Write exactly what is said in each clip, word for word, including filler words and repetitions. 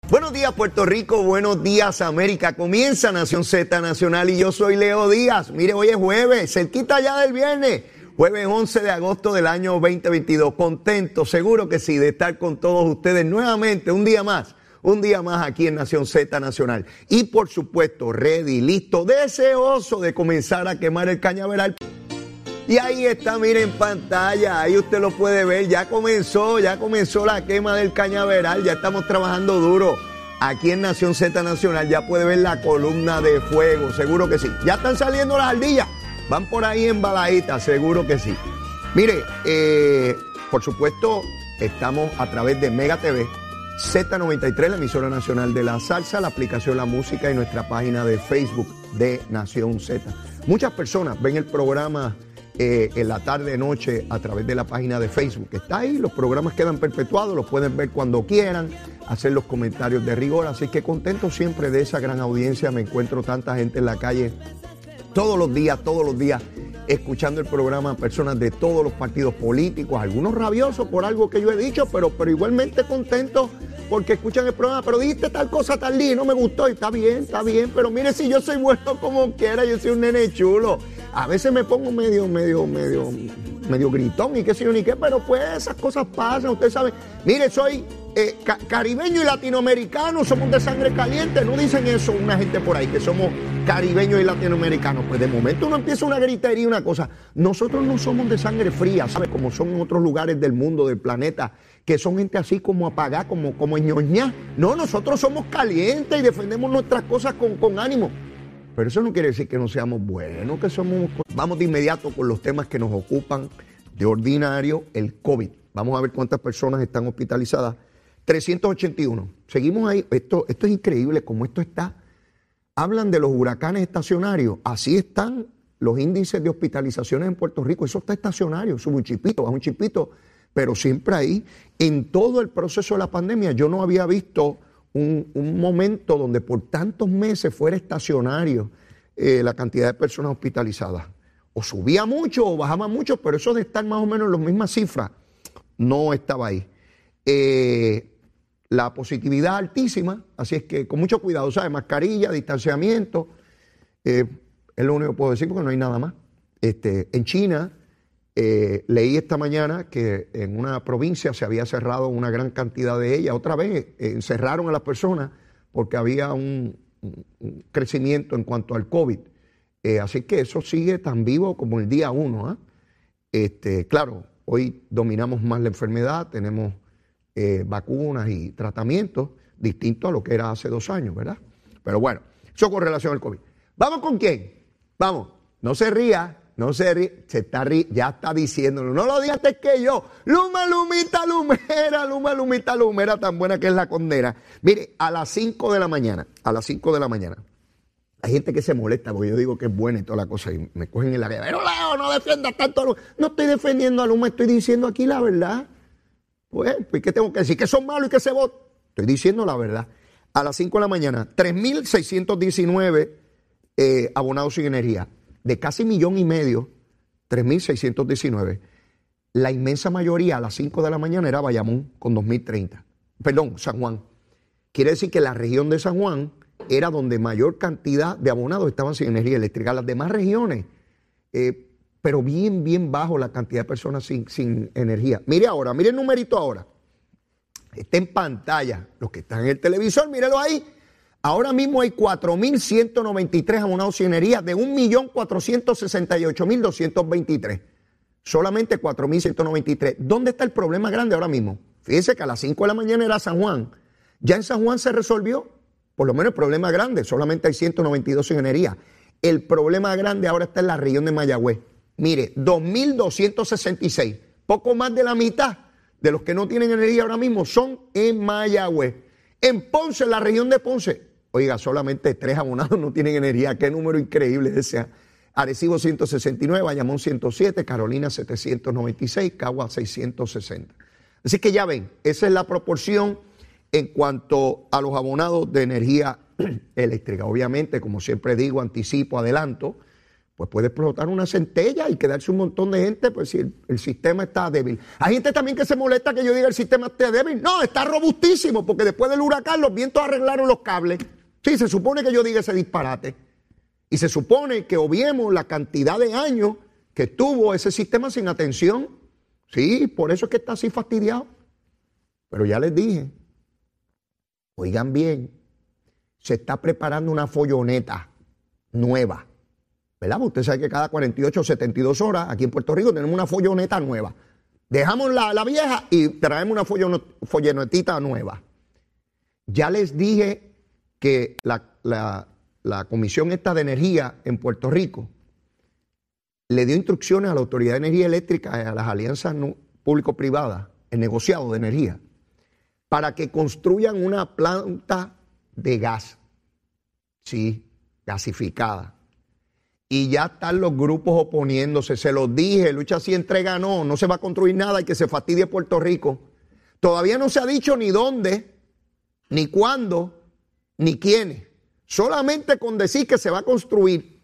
Buenos días Puerto Rico, buenos días América, comienza Nación Z Nacional y yo soy Leo Díaz. Mire, hoy es jueves, cerquita ya del viernes, jueves once de agosto del año veinte veintidós. Contento, seguro que sí, de estar con todos ustedes nuevamente un día más, un día más aquí en Nación Z Nacional. Y por supuesto, ready, listo, deseoso de comenzar a quemar el cañaveral. Y ahí está, miren en pantalla, ahí usted lo puede ver, ya comenzó, ya comenzó la quema del cañaveral, ya estamos trabajando duro. Aquí en Nación Z Nacional ya puede ver la columna de fuego, seguro que sí. Ya están saliendo las ardillas, van por ahí embaladitas, seguro que sí. Mire, eh, por supuesto, estamos a través de Mega T V, Z noventa y tres, la emisora nacional de la salsa, la aplicación La Música y nuestra página de Facebook de Nación Z. Muchas personas ven el programa Eh, en la tarde, noche, a través de la página de Facebook. Está ahí, los programas quedan perpetuados, los pueden ver cuando quieran, hacer los comentarios de rigor, así que contento siempre de esa gran audiencia. Me encuentro tanta gente en la calle todos los días, todos los días, escuchando el programa, personas de todos los partidos políticos, algunos rabiosos por algo que yo he dicho, pero, pero igualmente contentos porque escuchan el programa. Pero dijiste tal cosa, tal día, no me gustó, y está bien, está bien, pero mire, si yo soy bueno como quiera, yo soy un nene chulo. A veces me pongo medio, medio, medio, medio gritón y qué sé yo ni qué, pero pues esas cosas pasan, usted sabe. Mire, soy eh, ca- caribeño y latinoamericano, somos de sangre caliente, no dicen eso una gente por ahí, que somos caribeños y latinoamericanos. Pues de momento uno empieza una gritería y una cosa. Nosotros no somos de sangre fría, ¿sabe? Como son en otros lugares del mundo, del planeta, que son gente así como apagada, como, como ñoñá. No, nosotros somos calientes y defendemos nuestras cosas con, con ánimo. Pero eso no quiere decir que no seamos buenos, que somos... Vamos de inmediato con los temas que nos ocupan de ordinario, el COVID. Vamos a ver cuántas personas están hospitalizadas. trescientos ochenta y uno. Seguimos ahí. Esto, esto es increíble cómo esto está. Hablan de los huracanes estacionarios. Así están los índices de hospitalizaciones en Puerto Rico. Eso está estacionario, sube un chipito, baja un chipito, pero siempre ahí. En todo el proceso de la pandemia yo no había visto Un, un momento donde por tantos meses fuera estacionario eh, la cantidad de personas hospitalizadas. O subía mucho o bajaba mucho, pero eso de estar más o menos en las mismas cifras no estaba ahí. Eh, la positividad altísima, así es que con mucho cuidado, ¿sabes? Mascarilla, distanciamiento, eh, es lo único que puedo decir porque no hay nada más. Este, en China, Eh, leí esta mañana que en una provincia se había cerrado una gran cantidad de ellas. Otra vez eh, encerraron a las personas porque había un, un crecimiento en cuanto al COVID. Eh, así que eso sigue tan vivo como el día uno. ¿eh? Este, claro, hoy dominamos más la enfermedad, tenemos eh, vacunas y tratamientos distintos a lo que era hace dos años, ¿verdad? Pero bueno, eso con relación al COVID. ¿Vamos con quién? Vamos, no se ría. No se ríe, se está ri, ya está diciéndolo. No lo digas antes que yo. Luma, lumita, lumera, luma, lumita, lumera, tan buena que es la condena. Mire, a las cinco de la mañana, a las cinco de la mañana, hay gente que se molesta porque yo digo que es buena y toda la cosa y me cogen en la vida. Pero Leo, no defiendas tanto a Luma. No estoy defendiendo a Luma, estoy diciendo aquí la verdad. Pues, pues ¿qué tengo que decir? ¿Que son malos y que se votan? Estoy diciendo la verdad. A las cinco de la mañana, tres mil seiscientos diecinueve eh, abonados sin energía. De casi millón y medio, tres mil seiscientos diecinueve, la inmensa mayoría a las cinco de la mañana era Bayamón con dos mil treinta. Perdón, San Juan. Quiere decir que la región de San Juan era donde mayor cantidad de abonados estaban sin energía eléctrica. Las demás regiones, eh, pero bien, bien bajo la cantidad de personas sin, sin energía. Mire ahora, mire el numerito ahora. Está en pantalla. Los que están en el televisor, mírelo ahí. Ahora mismo hay cuatro mil ciento noventa y tres abonados sin energía de un millón cuatrocientos sesenta y ocho mil doscientos veintitrés. Solamente cuatro mil ciento noventa y tres. ¿Dónde está el problema grande ahora mismo? Fíjense que a las cinco de la mañana era San Juan. Ya en San Juan se resolvió, por lo menos el problema grande, solamente hay ciento noventa y dos sin energía. El problema grande ahora está en la región de Mayagüez. Mire, dos mil doscientos sesenta y seis, poco más de la mitad de los que no tienen energía ahora mismo son en Mayagüez. En Ponce, en la región de Ponce, oiga, solamente tres abonados no tienen energía. Qué número increíble ese. Arecibo ciento sesenta y nueve, Bayamón ciento siete, Carolina setecientos noventa y seis, Cagua seiscientos sesenta. Así que ya ven, esa es la proporción en cuanto a los abonados de energía eléctrica. Obviamente, como siempre digo, anticipo, adelanto, pues puede explotar una centella y quedarse un montón de gente, pues si el, el sistema está débil. Hay gente también que se molesta que yo diga el sistema esté débil. No, está robustísimo, porque después del huracán los vientos arreglaron los cables. Sí, se supone que yo diga ese disparate. Y se supone que obviemos la cantidad de años que tuvo ese sistema sin atención. Sí, por eso es que está así fastidiado. Pero ya les dije, oigan bien, se está preparando una folloneta nueva. ¿Verdad? Usted sabe que cada cuarenta y ocho o setenta y dos horas aquí en Puerto Rico tenemos una folloneta nueva. Dejamos la, la vieja y traemos una follonetita nueva. Ya les dije que la, la, la Comisión esta de Energía en Puerto Rico le dio instrucciones a la Autoridad de Energía Eléctrica y a las alianzas público-privadas, el negociado de energía, para que construyan una planta de gas, sí, gasificada. Y ya están los grupos oponiéndose, se los dije, lucha si entrega no, no se va a construir nada y que se fastidie Puerto Rico. Todavía no se ha dicho ni dónde, ni cuándo, ni quiénes. Solamente con decir que se va a construir,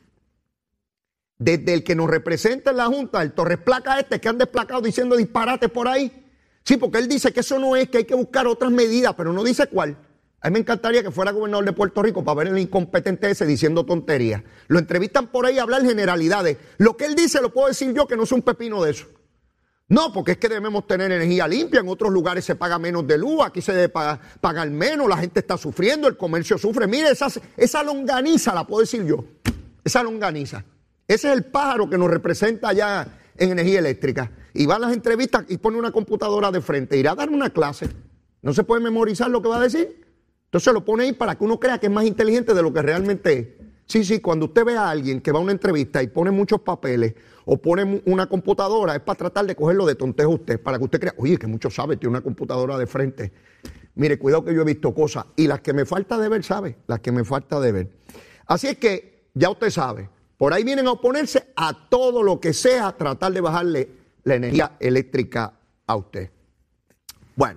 desde el que nos representa en la Junta, el Torres Placa este, que han desplacado diciendo disparates por ahí. Sí, porque él dice que eso no es, que hay que buscar otras medidas, pero no dice cuál. A mí me encantaría que fuera gobernador de Puerto Rico para ver el incompetente ese diciendo tonterías. Lo entrevistan por ahí a hablar generalidades. Lo que él dice lo puedo decir yo, que no soy un pepino de eso. No, porque es que debemos tener energía limpia. En otros lugares se paga menos de luz, aquí se debe pagar, pagar menos, la gente está sufriendo, el comercio sufre. Mire, esa, esa longaniza la puedo decir yo. Esa longaniza. Ese es el pájaro que nos representa allá en energía eléctrica. Y va a las entrevistas y pone una computadora de frente. Irá a dar una clase. No se puede memorizar lo que va a decir. Entonces lo pone ahí para que uno crea que es más inteligente de lo que realmente es. Sí, sí, cuando usted ve a alguien que va a una entrevista y pone muchos papeles o pone una computadora, es para tratar de cogerlo de tontejo a usted, para que usted crea, oye, que mucho sabe, tiene una computadora de frente. Mire, cuidado que yo he visto cosas. Y las que me falta de ver, ¿sabe? Las que me falta de ver. Así es que, ya usted sabe, por ahí vienen a oponerse a todo lo que sea tratar de bajarle la energía eléctrica a usted. Bueno.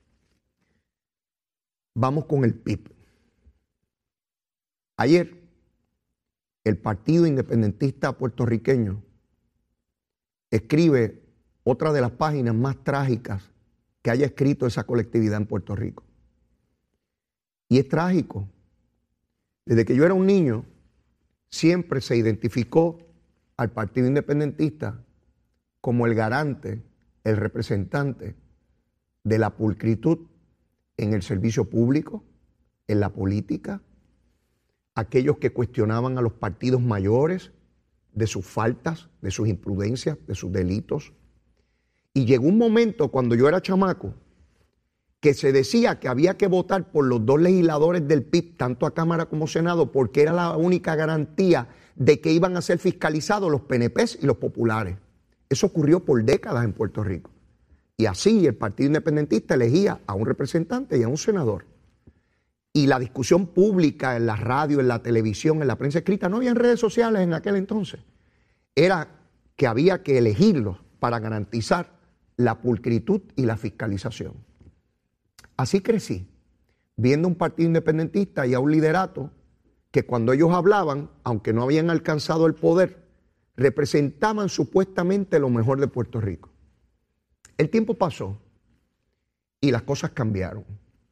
Vamos con el P I B. Ayer, el Partido Independentista Puertorriqueño escribe otra de las páginas más trágicas que haya escrito esa colectividad en Puerto Rico. Y es trágico. Desde que yo era un niño, siempre se identificó al Partido Independentista como el garante, el representante de la pulcritud en el servicio público, en la política, aquellos que cuestionaban a los partidos mayores de sus faltas, de sus imprudencias, de sus delitos. Y llegó un momento cuando yo era chamaco que se decía que había que votar por los dos legisladores del P I B, tanto a Cámara como Senado, porque era la única garantía de que iban a ser fiscalizados los P N Pes y los populares. Eso ocurrió por décadas en Puerto Rico. Y así el Partido Independentista elegía a un representante y a un senador. Y la discusión pública en la radio, en la televisión, en la prensa escrita, no había en redes sociales en aquel entonces, era que había que elegirlos para garantizar la pulcritud y la fiscalización. Así crecí, viendo un partido independentista y a un liderato que cuando ellos hablaban, aunque no habían alcanzado el poder, representaban supuestamente lo mejor de Puerto Rico. El tiempo pasó y las cosas cambiaron.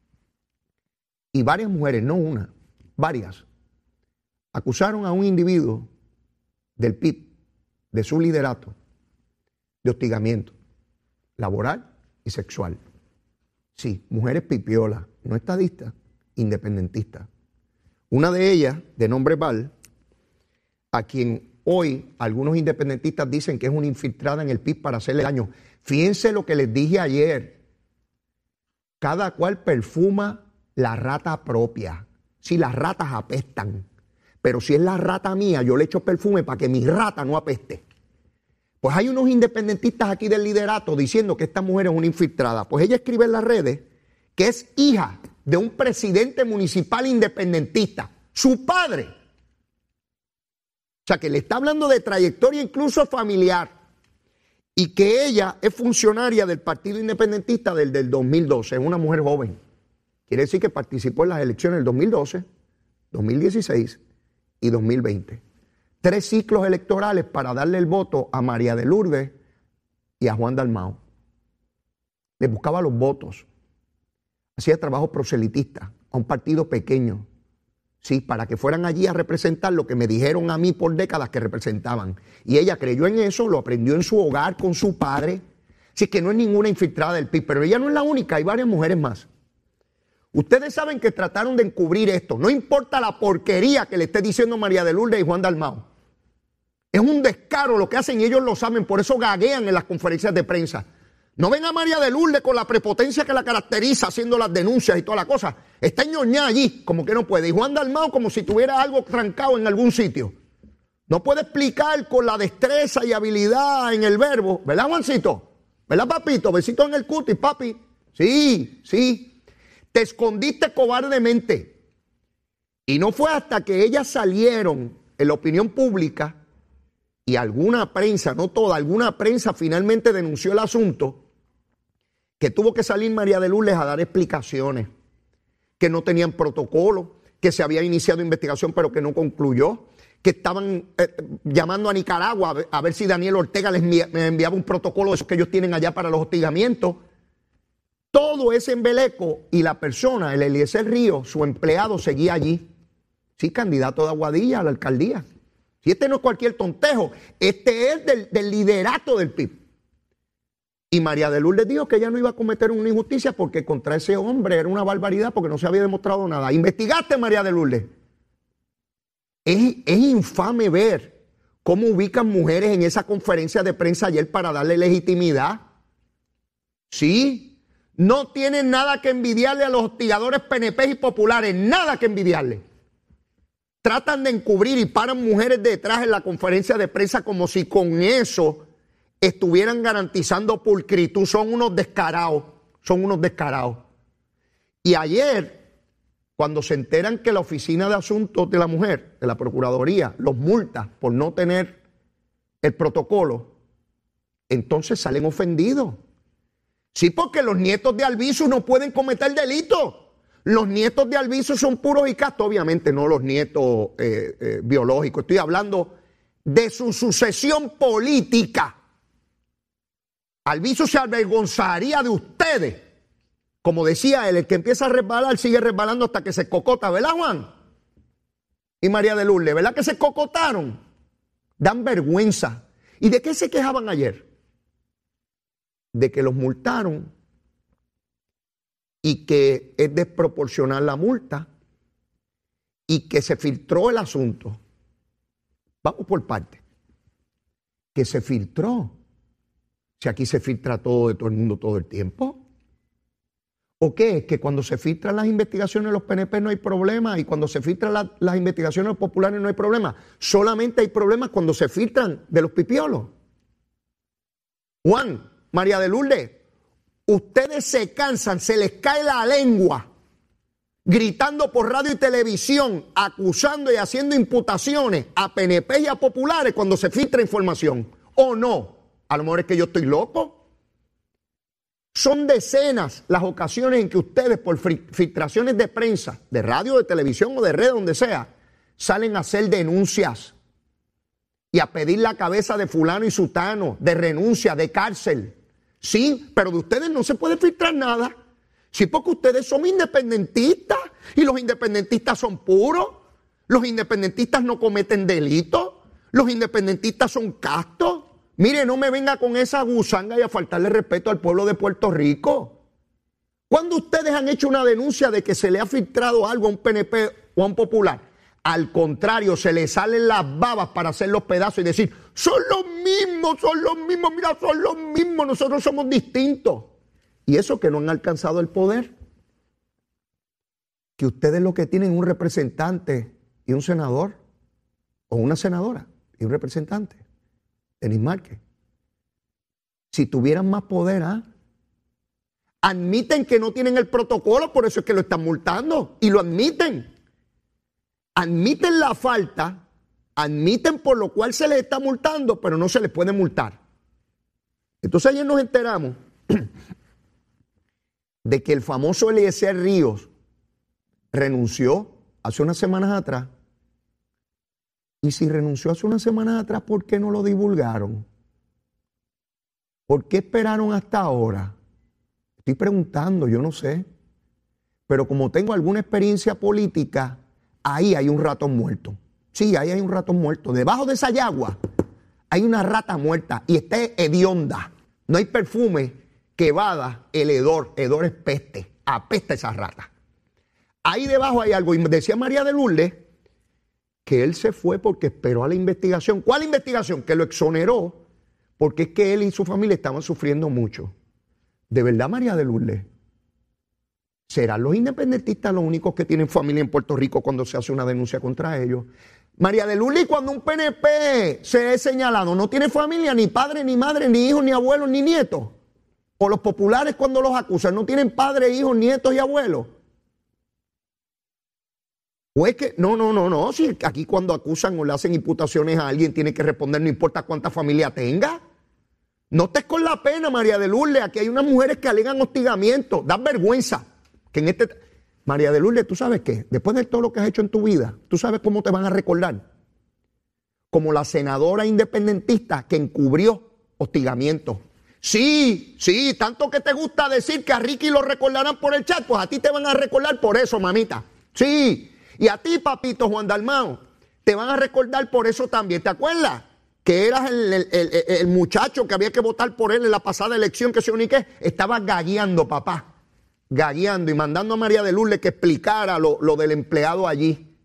Y varias mujeres, no una, varias, acusaron a un individuo del P I B, de su liderato, de hostigamiento laboral y sexual. Sí, mujeres pipiolas, no estadistas, independentistas. Una de ellas, de nombre Val, a quien hoy algunos independentistas dicen que es una infiltrada en el P I B para hacerle daño. Fíjense lo que les dije ayer. Cada cual perfuma la rata propia. Si las ratas apestan, pero si es la rata mía, yo le echo perfume para que mi rata no apeste. Pues hay unos independentistas aquí del liderato diciendo que esta mujer es una infiltrada. Pues ella escribe en las redes que es hija de un presidente municipal independentista, su padre. O sea, que le está hablando de trayectoria incluso familiar. Y que ella es funcionaria del Partido Independentista desde el dos mil doce, es una mujer joven. Quiere decir que participó en las elecciones del dos mil doce, dos mil dieciséis y dos mil veinte. tres ciclos electorales para darle el voto a María de Lourdes y a Juan Dalmau. Le buscaba los votos. Hacía trabajo proselitista a un partido pequeño. Sí, para que fueran allí a representar lo que me dijeron a mí por décadas que representaban. Y ella creyó en eso, lo aprendió en su hogar con su padre. Así que no es ninguna infiltrada del P I B, pero ella no es la única, hay varias mujeres más. Ustedes saben que trataron de encubrir esto. No importa la porquería que le esté diciendo María de Lourdes y Juan Dalmau. Es un descaro lo que hacen y ellos lo saben, por eso gaguean en las conferencias de prensa. No ven a María de Lourdes con la prepotencia que la caracteriza haciendo las denuncias y toda la cosa. Está ñoñá allí, como que no puede. Y Juan Dalmau como si tuviera algo trancado en algún sitio. No puede explicar con la destreza y habilidad en el verbo. ¿Verdad, Juancito? ¿Verdad, papito? Besito en el cutis, papi. Sí, sí. Te escondiste cobardemente. Y no fue hasta que ellas salieron en la opinión pública y alguna prensa, no toda, alguna prensa finalmente denunció el asunto, que tuvo que salir María de Lourdes a dar explicaciones, que no tenían protocolo, que se había iniciado investigación pero que no concluyó, que estaban eh, llamando a Nicaragua a ver, a ver si Daniel Ortega les envia, enviaba un protocolo de esos que ellos tienen allá para los hostigamientos. Todo ese embeleco y la persona, el Eliezer Ríos, su empleado, seguía allí. Sí, candidato de Aguadilla a la alcaldía. Si este no es cualquier tontejo, este es del, del liderato del P I B. Y María de Lourdes dijo que ella no iba a cometer una injusticia porque contra ese hombre era una barbaridad porque no se había demostrado nada. ¿Investigaste, María de Lourdes? Es, es infame ver cómo ubican mujeres en esa conferencia de prensa ayer para darle legitimidad. Sí, no tienen nada que envidiarle a los hostigadores P N P y populares, nada que envidiarle. Tratan de encubrir y paran mujeres detrás en la conferencia de prensa como si con eso estuvieran garantizando pulcritud. Son unos descarados, son unos descarados. Y ayer, cuando se enteran que la Oficina de Asuntos de la Mujer, de la Procuraduría, los multa por no tener el protocolo, entonces salen ofendidos. Sí, porque los nietos de Albizu no pueden cometer delito. Los nietos de Albizu son puros y castos, obviamente no los nietos eh, eh, biológicos. Estoy hablando de su sucesión política. Albizu se avergonzaría de ustedes. Como decía él, el que empieza a resbalar sigue resbalando hasta que se cocota, ¿verdad, Juan? Y María de Lourdes, ¿verdad que se cocotaron? Dan vergüenza. ¿Y de qué se quejaban ayer? De que los multaron y que es desproporcional la multa y que se filtró el asunto. Vamos por partes. Que se filtró. Si aquí se filtra todo de todo el mundo todo el tiempo. ¿O qué? Es que cuando se filtran las investigaciones de los P N P no hay problema y cuando se filtran la, las investigaciones de los populares no hay problema. Solamente hay problemas cuando se filtran de los pipiolos. Juan, María de Lourdes, ustedes se cansan, se les cae la lengua gritando por radio y televisión, acusando y haciendo imputaciones a P N P y a populares cuando se filtra información. ¿O no? A lo mejor es que yo estoy loco. Son decenas las ocasiones en que ustedes, por filtraciones de prensa, de radio, de televisión o de red, donde sea, salen a hacer denuncias y a pedir la cabeza de fulano y sutano, de renuncia, de cárcel. Sí, pero de ustedes no se puede filtrar nada. Sí, porque ustedes son independentistas y los independentistas son puros. Los independentistas no cometen delitos. Los independentistas son castos. Mire, no me venga con esa gusanga y a faltarle respeto al pueblo de Puerto Rico. ¿Cuándo ustedes han hecho una denuncia de que se le ha filtrado algo a un P N P o a un popular? Al contrario, se le salen las babas para hacer los pedazos y decir, son los mismos, son los mismos, mira, son los mismos, nosotros somos distintos. Y eso que no han alcanzado el poder. Que ustedes lo que tienen es un representante y un senador, o una senadora y un representante. Denis Márquez. Si tuvieran más poder, ¿ah? Admiten que no tienen el protocolo, por eso es que lo están multando. Y lo admiten. Admiten la falta, admiten por lo cual se les está multando, pero no se les puede multar. Entonces ayer nos enteramos de que el famoso Eliezer Ríos renunció hace unas semanas atrás Y si renunció hace una semana atrás, ¿por qué no lo divulgaron? ¿Por qué esperaron hasta ahora? Estoy preguntando, yo no sé. Pero como tengo alguna experiencia política, ahí hay un ratón muerto. Sí, ahí hay un ratón muerto. Debajo de esa yagua hay una rata muerta y está hedionda. No hay perfume que evada el hedor. Hedor es peste. Apesta esa rata. Ahí debajo hay algo. Y decía María de Lourdes que él se fue porque esperó a la investigación. ¿Cuál investigación? Que lo exoneró porque es que él y su familia estaban sufriendo mucho. ¿De verdad, María de Lourdes? ¿Serán los independentistas los únicos que tienen familia en Puerto Rico cuando se hace una denuncia contra ellos? María de Lourdes, cuando un P N P se es señalado, no tiene familia, ni padre, ni madre, ni hijos, ni abuelos, ni nietos. O los populares cuando los acusan, no tienen padres, hijos, nietos y abuelos. O es que, no, no, no, no, si aquí cuando acusan o le hacen imputaciones a alguien tiene que responder, no importa cuánta familia tenga. No estés con la pena, María de Lourdes, aquí hay unas mujeres que alegan hostigamiento, dan vergüenza. Que en este, María de Lourdes, ¿tú sabes qué? Después de todo lo que has hecho en tu vida, ¿tú sabes cómo te van a recordar? Como la senadora independentista que encubrió hostigamiento. Sí, sí, tanto que te gusta decir que a Ricky lo recordarán por el chat, pues a ti te van a recordar por eso, mamita. Sí. Y a ti, papito Juan Dalmao, te van a recordar por eso también. ¿Te acuerdas? Que eras el, el, el, el muchacho que había que votar por él en la pasada elección, que se unique. Estaba gagueando, papá. Gagueando y mandando a María de Lourdes que explicara lo, lo del empleado allí.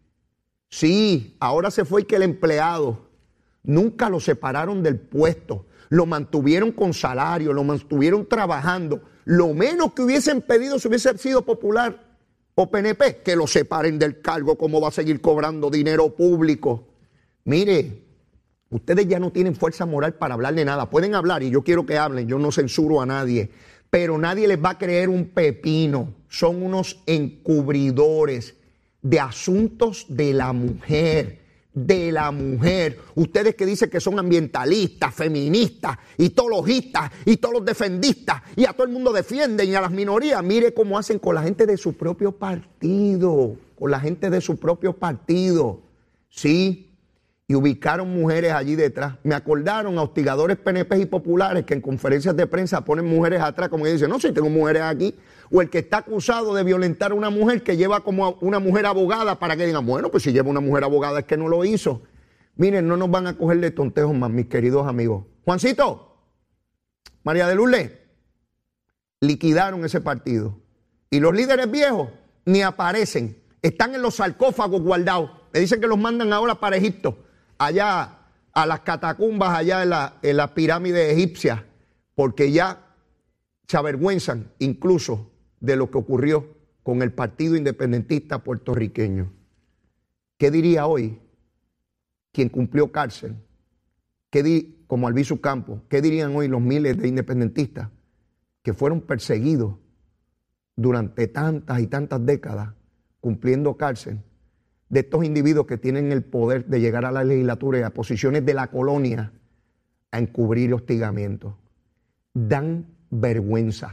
Sí, ahora se fue y que el empleado nunca lo separaron del puesto. Lo mantuvieron con salario, lo mantuvieron trabajando. Lo menos que hubiesen pedido si hubiese sido popular o P N P, que lo separen del cargo, cómo va a seguir cobrando dinero público. Mire, ustedes ya no tienen fuerza moral para hablar de nada. Pueden hablar y yo quiero que hablen, yo no censuro a nadie, pero nadie les va a creer un pepino. Son unos encubridores de asuntos de la mujer, de la mujer. Ustedes que dicen que son ambientalistas, feministas, itologistas y todos los defendistas y a todo el mundo defienden y a las minorías. Mire cómo hacen con la gente de su propio partido, con la gente de su propio partido. Sí, y ubicaron mujeres allí detrás. Me acordaron a hostigadores P N P y populares que en conferencias de prensa ponen mujeres atrás como que dicen, no, si tengo mujeres aquí. O el que está acusado de violentar a una mujer que lleva como una mujer abogada para que digan, bueno, pues si lleva una mujer abogada es que no lo hizo. Miren, no nos van a coger de tontejos más, mis queridos amigos. Juancito, María de Lourdes, liquidaron ese partido. Y los líderes viejos ni aparecen. Están en los sarcófagos guardados. Me dicen que los mandan ahora para Egipto, allá a las catacumbas, allá en la, en la pirámide egipcia, porque ya se avergüenzan incluso de lo que ocurrió con el Partido Independentista puertorriqueño. ¿Qué diría hoy quien cumplió cárcel? ¿Qué di, como Albizu Campos, ¿qué dirían hoy los miles de independentistas que fueron perseguidos durante tantas y tantas décadas cumpliendo cárcel? De estos individuos que tienen el poder de llegar a la legislatura y a posiciones de la colonia a encubrir hostigamientos. Dan vergüenza.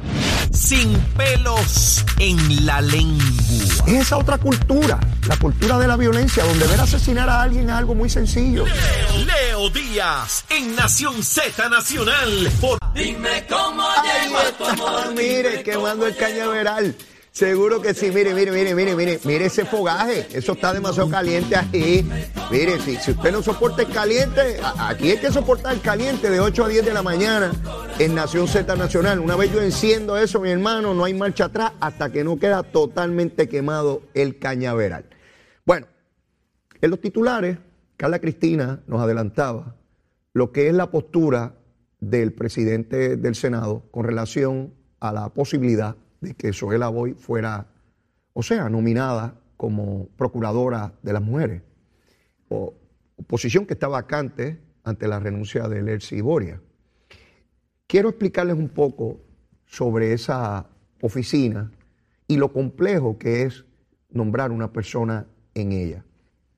Sin pelos en la lengua. Es esa otra cultura, la cultura de la violencia, donde ver asesinar a alguien es algo muy sencillo. Leo, Leo Díaz, en Nación Z Nacional. Por... Dime cómo llegó a tu amor. Mire, quemando el cañaveral. Seguro que sí, mire, mire, mire, mire, mire, mire ese fogaje, eso está demasiado caliente ahí. Mire, si, si usted no soporta el caliente, a, aquí hay que soportar el caliente de ocho a diez de la mañana en Nación Z Nacional. Una vez yo enciendo eso, mi hermano, no hay marcha atrás hasta que no queda totalmente quemado el cañaveral. Bueno, en los titulares, Carla Cristina nos adelantaba lo que es la postura del presidente del Senado con relación a la posibilidad de que Zoela Boy fuera, o sea, nominada como procuradora de las mujeres, o posición que está vacante ante la renuncia de Lercy Boria. Quiero explicarles un poco sobre esa oficina y lo complejo que es nombrar una persona en ella.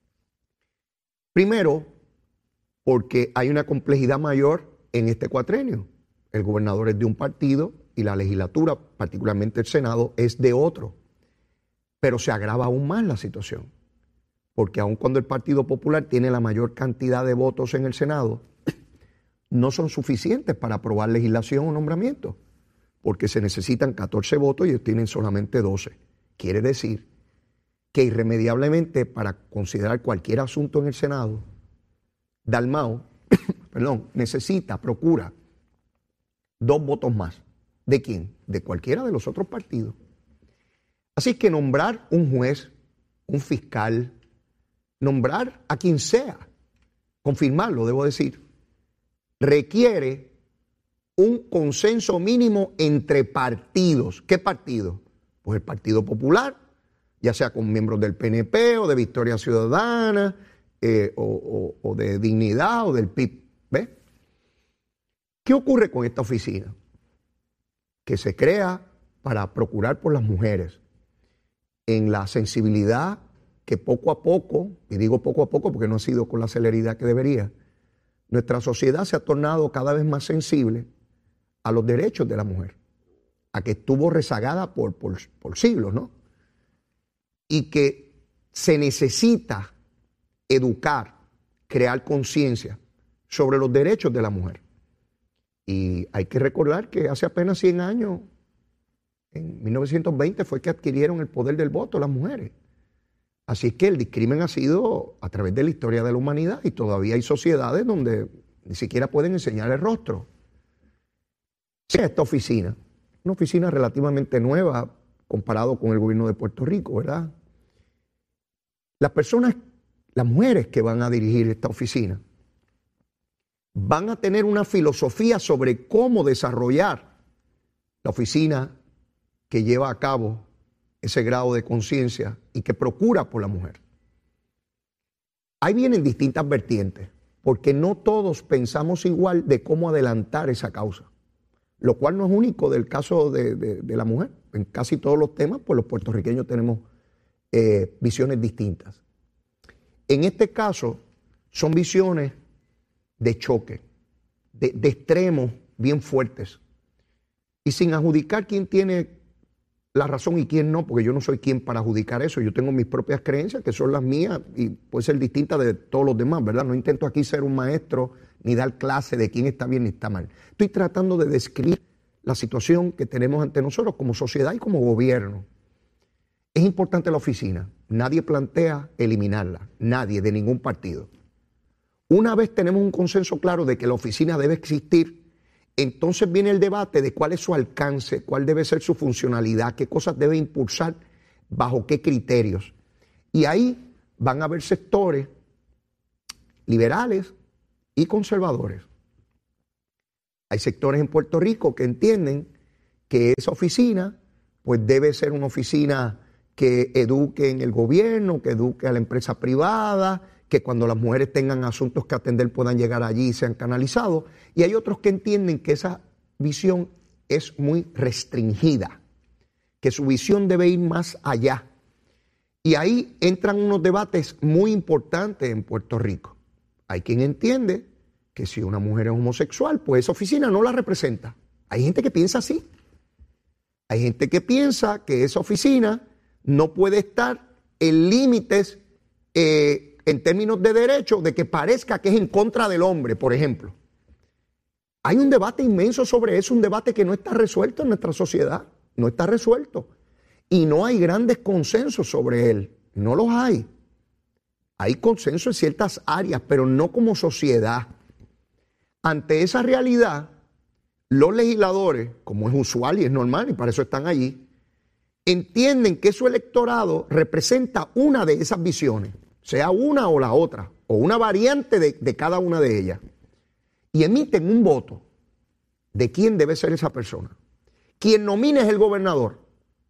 Primero, porque hay una complejidad mayor en este cuatrenio. El gobernador es de un partido y la legislatura, particularmente el Senado, es de otro. Pero se agrava aún más la situación. porque aun cuando el Partido Popular tiene la mayor cantidad de votos en el Senado, no son suficientes para aprobar legislación o nombramientos, porque se necesitan catorce votos y ellos tienen solamente doce. Quiere decir que irremediablemente para considerar cualquier asunto en el Senado, Dalmau, perdón, necesita, procura dos votos más. ¿De quién? De cualquiera de los otros partidos. Así que nombrar un juez, un fiscal, nombrar a quien sea, confirmarlo, debo decir, requiere un consenso mínimo entre partidos. ¿Qué partidos? Pues el Partido Popular, ya sea con miembros del P N P o de Victoria Ciudadana, eh, o, o, o de Dignidad o del P I B. ¿Ves? ¿Qué ocurre con esta oficina? Que se crea para procurar por las mujeres en la sensibilidad que poco a poco, y digo poco a poco porque no ha sido con la celeridad que debería, nuestra sociedad se ha tornado cada vez más sensible a los derechos de la mujer, a que estuvo rezagada por, por, por siglos, ¿no? Y que se necesita educar, crear conciencia sobre los derechos de la mujer. Y hay que recordar que hace apenas cien años, en mil novecientos veinte, fue que adquirieron el poder del voto las mujeres. Así es que el discrimen ha sido a través de la historia de la humanidad y todavía hay sociedades donde ni siquiera pueden enseñar el rostro. Esta oficina, una oficina relativamente nueva comparado con el gobierno de Puerto Rico, ¿verdad? Las personas, las mujeres que van a dirigir esta oficina, van a tener una filosofía sobre cómo desarrollar la oficina que lleva a cabo ese grado de conciencia y que procura por la mujer. Ahí vienen distintas vertientes, porque no todos pensamos igual de cómo adelantar esa causa, lo cual no es único del caso de, de, de la mujer. En casi todos los temas, pues los puertorriqueños tenemos eh, visiones distintas. En este caso, son visiones de choque, de, de extremos bien fuertes, y sin adjudicar quién tiene la razón y quién no, porque yo no soy quien para adjudicar eso. Yo tengo mis propias creencias, que son las mías, y puede ser distinta de todos los demás, ¿verdad? No intento aquí ser un maestro ni dar clase de quién está bien ni está mal. Estoy tratando de describir la situación que tenemos ante nosotros como sociedad y como gobierno. Es importante la oficina. Nadie plantea eliminarla, nadie, de ningún partido. Una vez tenemos un consenso claro de que la oficina debe existir, entonces viene el debate de cuál es su alcance, cuál debe ser su funcionalidad, qué cosas debe impulsar, bajo qué criterios. Y ahí van a haber sectores liberales y conservadores. Hay sectores en Puerto Rico que entienden que esa oficina pues debe ser una oficina que eduque en el gobierno, que eduque a la empresa privada, que cuando las mujeres tengan asuntos que atender puedan llegar allí y sean canalizados. Y hay otros que entienden que esa visión es muy restringida, que su visión debe ir más allá. Y ahí entran unos debates muy importantes en Puerto Rico. Hay quien entiende que si una mujer es homosexual, pues esa oficina no la representa. Hay gente que piensa así. Hay gente que piensa que esa oficina no puede estar en límites eh, en términos de derecho, de que parezca que es en contra del hombre, por ejemplo. Hay un debate inmenso sobre eso, un debate que no está resuelto en nuestra sociedad, no está resuelto. Y no hay grandes consensos sobre él, no los hay. Hay consenso en ciertas áreas, pero no como sociedad. Ante esa realidad, los legisladores, como es usual y es normal, y para eso están allí, entienden que su electorado representa una de esas visiones, sea una o la otra, o una variante de, de cada una de ellas, y emiten un voto de quién debe ser esa persona. Quien nomine es el gobernador.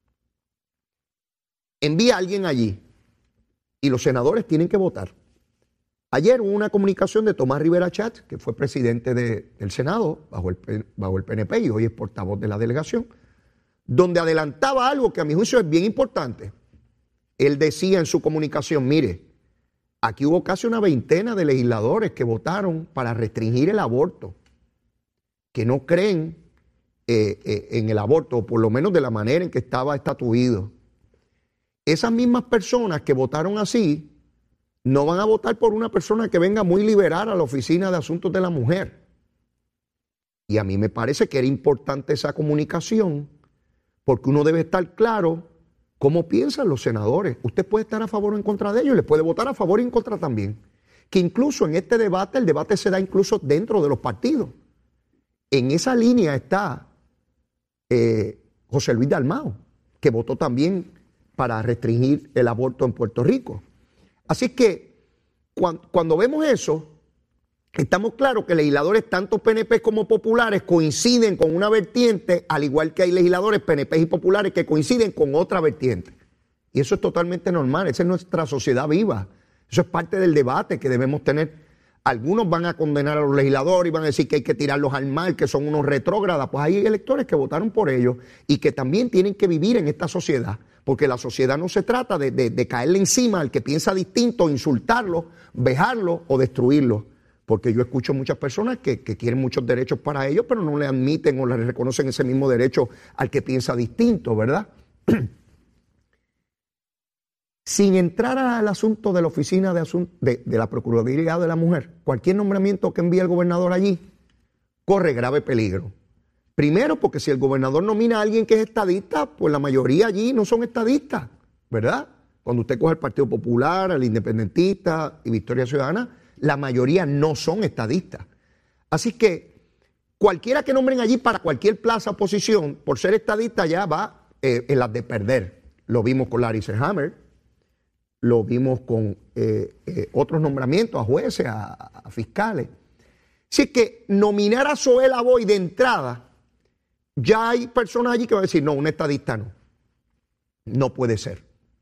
Envía a alguien allí, y los senadores tienen que votar. Ayer hubo una comunicación de Tomás Rivera Chatz, que fue presidente de, del Senado, bajo el, bajo el P N P, y hoy es portavoz de la delegación, donde adelantaba algo que a mi juicio es bien importante. Él decía en su comunicación, mire, aquí hubo casi una veintena de legisladores que votaron para restringir el aborto, que no creen eh, eh, en el aborto, o por lo menos de la manera en que estaba estatuido. Esas mismas personas que votaron así no van a votar por una persona que venga muy liberal a la Oficina de Asuntos de la Mujer. Y a mí me parece que era importante esa comunicación, porque uno debe estar claro cómo piensan los senadores. Usted puede estar a favor o en contra de ellos, les puede votar a favor y en contra también. Que incluso en este debate, el debate se da incluso dentro de los partidos. En esa línea está eh, José Luis Dalmau, que votó también para restringir el aborto en Puerto Rico. Así que cuando, cuando vemos eso, estamos claros que legisladores, tanto P N P como populares, coinciden con una vertiente, al igual que hay legisladores P N P y populares que coinciden con otra vertiente. Y eso es totalmente normal, esa es nuestra sociedad viva. Eso es parte del debate que debemos tener. Algunos van a condenar a los legisladores y van a decir que hay que tirarlos al mar, que son unos retrógradas. Pues hay electores que votaron por ellos y que también tienen que vivir en esta sociedad. Porque la sociedad no se trata de, de, de caerle encima al que piensa distinto, insultarlo, vejarlo o destruirlo. Porque yo escucho muchas personas que, que quieren muchos derechos para ellos, pero no le admiten o le reconocen ese mismo derecho al que piensa distinto, ¿verdad? Sin entrar al asunto de la Oficina de, Asun- de, de la Procuraduría de la Mujer, cualquier nombramiento que envíe el gobernador allí corre grave peligro. Primero, porque si el gobernador nomina a alguien que es estadista, pues la mayoría allí no son estadistas, ¿verdad? Cuando usted coge al Partido Popular, al Independentista y Victoria Ciudadana, la mayoría no son estadistas. Así que cualquiera que nombren allí para cualquier plaza o posición, por ser estadista ya va eh, en las de perder. Lo vimos con Larry Selhammer, lo vimos con eh, eh, otros nombramientos a jueces, a, a fiscales. Así que nominar a Zoela Boy de entrada, ya hay personas allí que van a decir, no, un estadista no. No puede ser.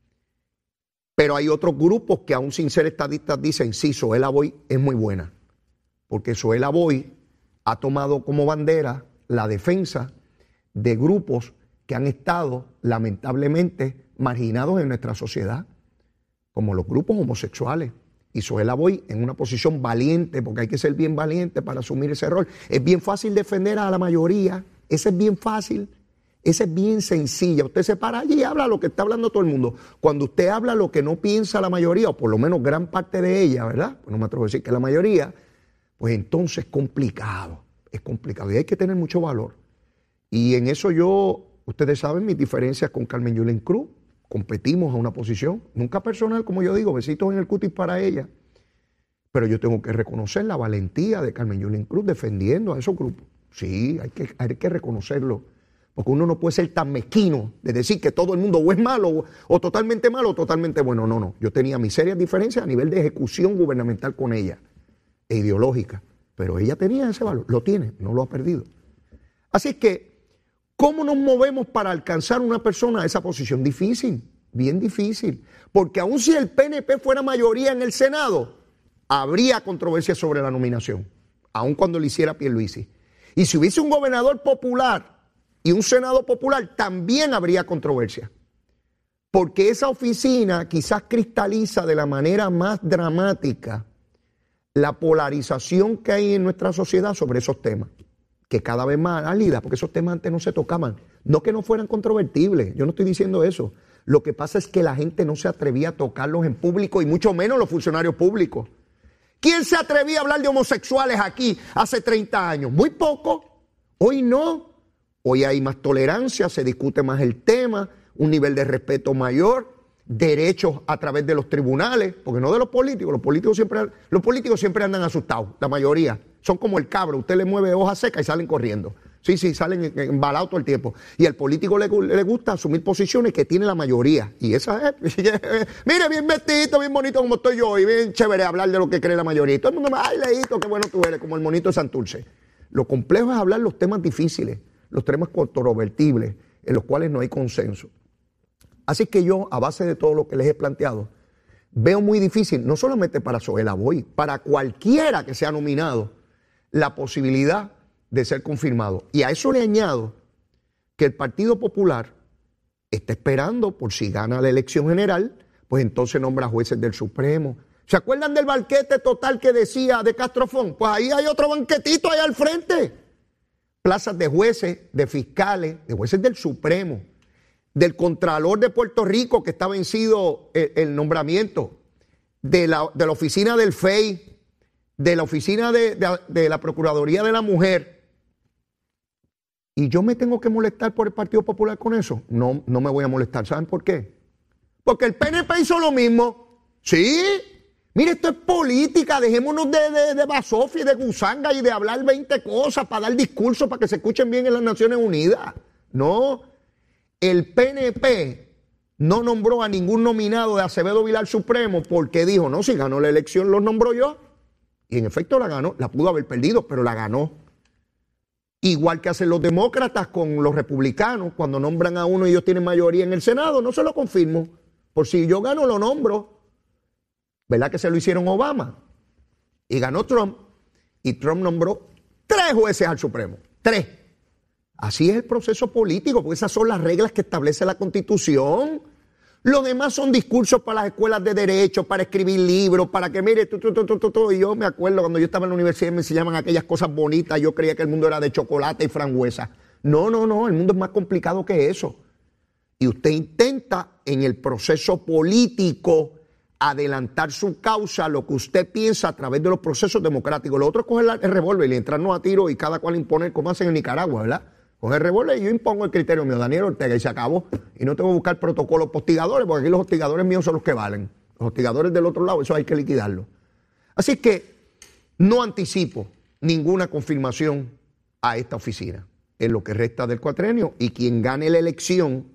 Pero hay otros grupos que aún sin ser estadistas dicen, sí, Zoela Boy es muy buena. Porque Zoela Boy ha tomado como bandera la defensa de grupos que han estado lamentablemente marginados en nuestra sociedad, como los grupos homosexuales. Y Zoela Boy en una posición valiente, porque hay que ser bien valiente para asumir ese rol. Es bien fácil defender a la mayoría, ese es bien fácil, ese es bien sencilla. Usted se para allí y habla lo que está hablando todo el mundo. Cuando usted habla lo que no piensa la mayoría, o por lo menos gran parte de ella, ¿verdad? Pues no me atrevo a decir que la mayoría, pues entonces es complicado, es complicado. Y hay que tener mucho valor. Y en eso yo, ustedes saben mis diferencias con Carmen Yulín Cruz. Competimos a una posición, nunca personal, como yo digo, besitos en el cutis para ella. Pero yo tengo que reconocer la valentía de Carmen Yulín Cruz defendiendo a esos grupos. Sí, hay que, hay que reconocerlo. Porque uno no puede ser tan mezquino de decir que todo el mundo o es malo o, o totalmente malo o totalmente bueno. No, no. Yo tenía mis serias diferencias a nivel de ejecución gubernamental con ella, e ideológica. Pero ella tenía ese valor, lo tiene, no lo ha perdido. Así es que, ¿cómo nos movemos para alcanzar una persona a esa posición? Difícil, bien difícil. Porque aun si el P N P fuera mayoría en el Senado, habría controversia sobre la nominación, aun cuando lo hiciera Pierluisi. Y si hubiese un gobernador popular y un senado popular, también habría controversia. Porque esa oficina quizás cristaliza de la manera más dramática la polarización que hay en nuestra sociedad sobre esos temas, que cada vez más álida, porque esos temas antes no se tocaban. No que no fueran controvertibles, yo no estoy diciendo eso. Lo que pasa es que la gente no se atrevía a tocarlos en público y mucho menos los funcionarios públicos. ¿Quién se atrevía a hablar de homosexuales aquí hace treinta años? Muy poco. Hoy no. Hoy hay más tolerancia, se discute más el tema, un nivel de respeto mayor, derechos a través de los tribunales, porque no de los políticos. Los políticos siempre, los políticos siempre andan asustados, la mayoría. Son como el cabro, usted le mueve hojas secas y salen corriendo. Sí, sí, salen embalados todo el tiempo. Y al político le, le gusta asumir posiciones que tiene la mayoría. Y esa es, mire, bien vestido, bien bonito como estoy yo, y bien chévere hablar de lo que cree la mayoría. Y todo el mundo me ay, Leito, qué bueno tú eres, como el monito de Santurce. Lo complejo es hablar los temas difíciles, los temas controvertibles, en los cuales no hay consenso. Así que yo, a base de todo lo que les he planteado, veo muy difícil, no solamente para Zoela Boy, para cualquiera que sea nominado, la posibilidad de ser confirmado. Y a eso le añado que el Partido Popular está esperando por si gana la elección general, pues entonces nombra jueces del Supremo. ¿Se acuerdan del banquete total que decía de Castrofón? Pues ahí hay otro banquetito ahí al frente. Plazas de jueces, de fiscales, de jueces del Supremo, del Contralor de Puerto Rico que está vencido el, el nombramiento, de la, de la oficina del F E I, de la oficina de, de, de la Procuraduría de la Mujer, y yo me tengo que molestar por el Partido Popular con eso. No, no me voy a molestar. ¿Saben por qué? Porque el P N P hizo lo mismo. ¿Sí? Mire, esto es política. Dejémonos de, de, de basofia y de gusanga y de hablar veinte cosas para dar discursos para que se escuchen bien en las Naciones Unidas. No. El P N P no nombró a ningún nominado de Acevedo Villar Supremo porque dijo, no, si ganó la elección, los nombró yo. Y en efecto la ganó. La pudo haber perdido, pero la ganó. Igual que hacen los demócratas con los republicanos, cuando nombran a uno y ellos tienen mayoría en el Senado, no se lo confirmo. Por si yo gano, lo nombro. ¿Verdad que se lo hicieron Obama? Y ganó Trump. Y Trump nombró tres jueces al Supremo. Tres. Así es el proceso político, porque esas son las reglas que establece la Constitución. Los demás son discursos para las escuelas de derecho, para escribir libros, para que mire, tu, tu, tu, tu, tu, tu. Y yo me acuerdo cuando yo estaba en la universidad me enseñaban aquellas cosas bonitas, yo creía que el mundo era de chocolate y frambuesa. No, no, no, el mundo es más complicado que eso. Y usted intenta en el proceso político adelantar su causa, lo que usted piensa a través de los procesos democráticos. Lo otro es coger el revólver y entrarnos a tiro y cada cual imponer, como hacen en Nicaragua, ¿verdad? Coger el revólver y yo impongo el criterio mío, Daniel Ortega, y se acabó. Y no tengo que buscar protocolos para hostigadores, porque aquí los hostigadores míos son los que valen. Los hostigadores del otro lado, eso hay que liquidarlo. Así que no anticipo ninguna confirmación a esta oficina en lo que resta del cuatrenio, y quien gane la elección,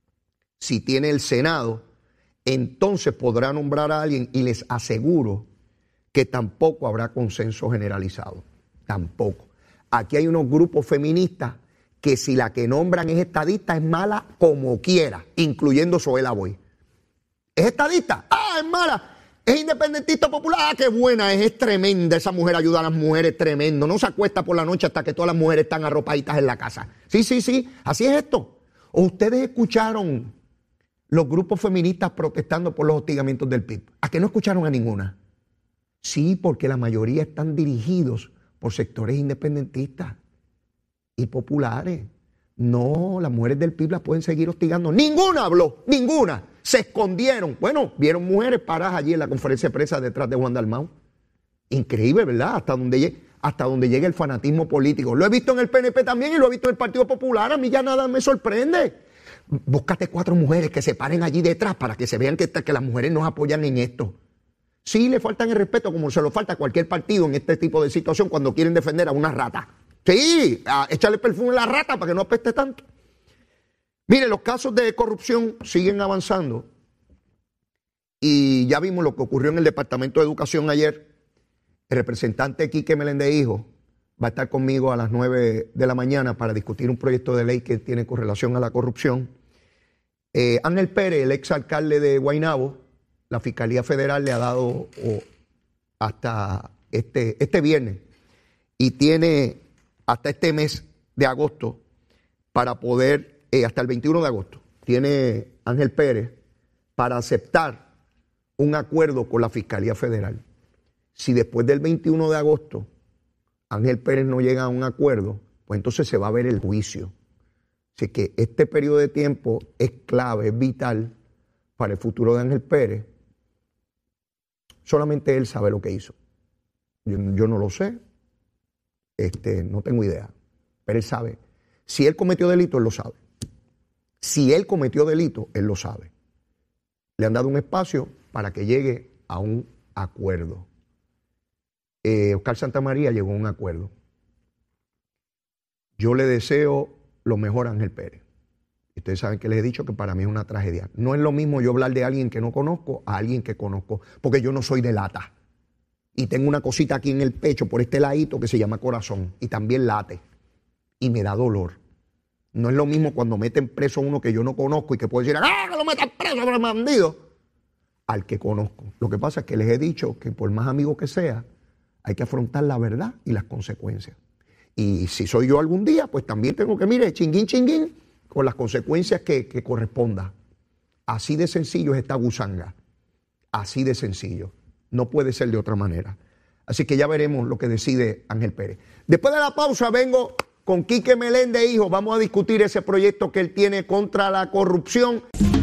si tiene el Senado, entonces podrá nombrar a alguien, y les aseguro que tampoco habrá consenso generalizado. Tampoco. Aquí hay unos grupos feministas que si la que nombran es estadista, es mala como quiera, incluyendo Zoela Boy. ¿Es estadista? ¡Ah, es mala! ¿Es independentista popular? ¡Ah, qué buena! Es, es tremenda. Esa mujer ayuda a las mujeres, tremendo. No se acuesta por la noche hasta que todas las mujeres están arropaditas en la casa. Sí, sí, sí. Así es esto. ¿O ustedes escucharon los grupos feministas protestando por los hostigamientos del P I B? ¿A qué no escucharon a ninguna? Sí, porque la mayoría están dirigidos por sectores independentistas y populares. No, las mujeres del P I B las pueden seguir hostigando. Ninguna habló, ninguna. Se escondieron. Bueno, vieron mujeres paradas allí en la conferencia de prensa detrás de Juan Dalmau. Increíble, ¿verdad? Hasta donde llegue, hasta donde llegue el fanatismo político. Lo he visto en el P N P también y lo he visto en el Partido Popular. A mí ya nada me sorprende. Búscate cuatro mujeres que se paren allí detrás para que se vean que, que las mujeres nos apoyan en esto. Sí, le faltan el respeto como se lo falta a cualquier partido en este tipo de situación cuando quieren defender a una rata. Sí, a echarle perfume a la rata para que no apeste tanto. Mire, los casos de corrupción siguen avanzando y ya vimos lo que ocurrió en el Departamento de Educación ayer. El representante Quique Meléndez Hijo va a estar conmigo a las nueve de la mañana para discutir un proyecto de ley que tiene correlación a la corrupción. Eh, Ángel Pérez, el exalcalde de Guaynabo, la Fiscalía Federal le ha dado oh, hasta este, este viernes y tiene hasta este mes de agosto para poder, eh, hasta el veintiuno de agosto, tiene Ángel Pérez para aceptar un acuerdo con la Fiscalía Federal. Si después del veintiuno de agosto Ángel Pérez no llega a un acuerdo, pues entonces se va a ver el juicio. Así que este periodo de tiempo es clave, es vital para el futuro de Ángel Pérez. Solamente él sabe lo que hizo. Yo, yo no lo sé, este, no tengo idea, pero él sabe. Si él cometió delito, él lo sabe. Si él cometió delito, él lo sabe. Le han dado un espacio para que llegue a un acuerdo. Eh, Oscar Santamaría llegó a un acuerdo. Yo le deseo lo mejor a Ángel Pérez. Ustedes saben que les he dicho que para mí es una tragedia. No es lo mismo yo hablar de alguien que no conozco a alguien que conozco, porque yo no soy de lata. Y tengo una cosita aquí en el pecho por este ladito que se llama corazón y también late. Y me da dolor. No es lo mismo cuando meten preso a uno que yo no conozco y que puedo decir, ¡ah, que lo metan preso por el bandido! Al que conozco. Lo que pasa es que les he dicho que por más amigo que sea, hay que afrontar la verdad y las consecuencias. Y si soy yo algún día, pues también tengo que, mire, chinguín, chinguín, con las consecuencias que, que corresponda. Así de sencillo es esta gusanga. Así de sencillo. No puede ser de otra manera. Así que ya veremos lo que decide Ángel Pérez. Después de la pausa vengo con Quique Meléndez Hijo. Vamos a discutir ese proyecto que él tiene contra la corrupción.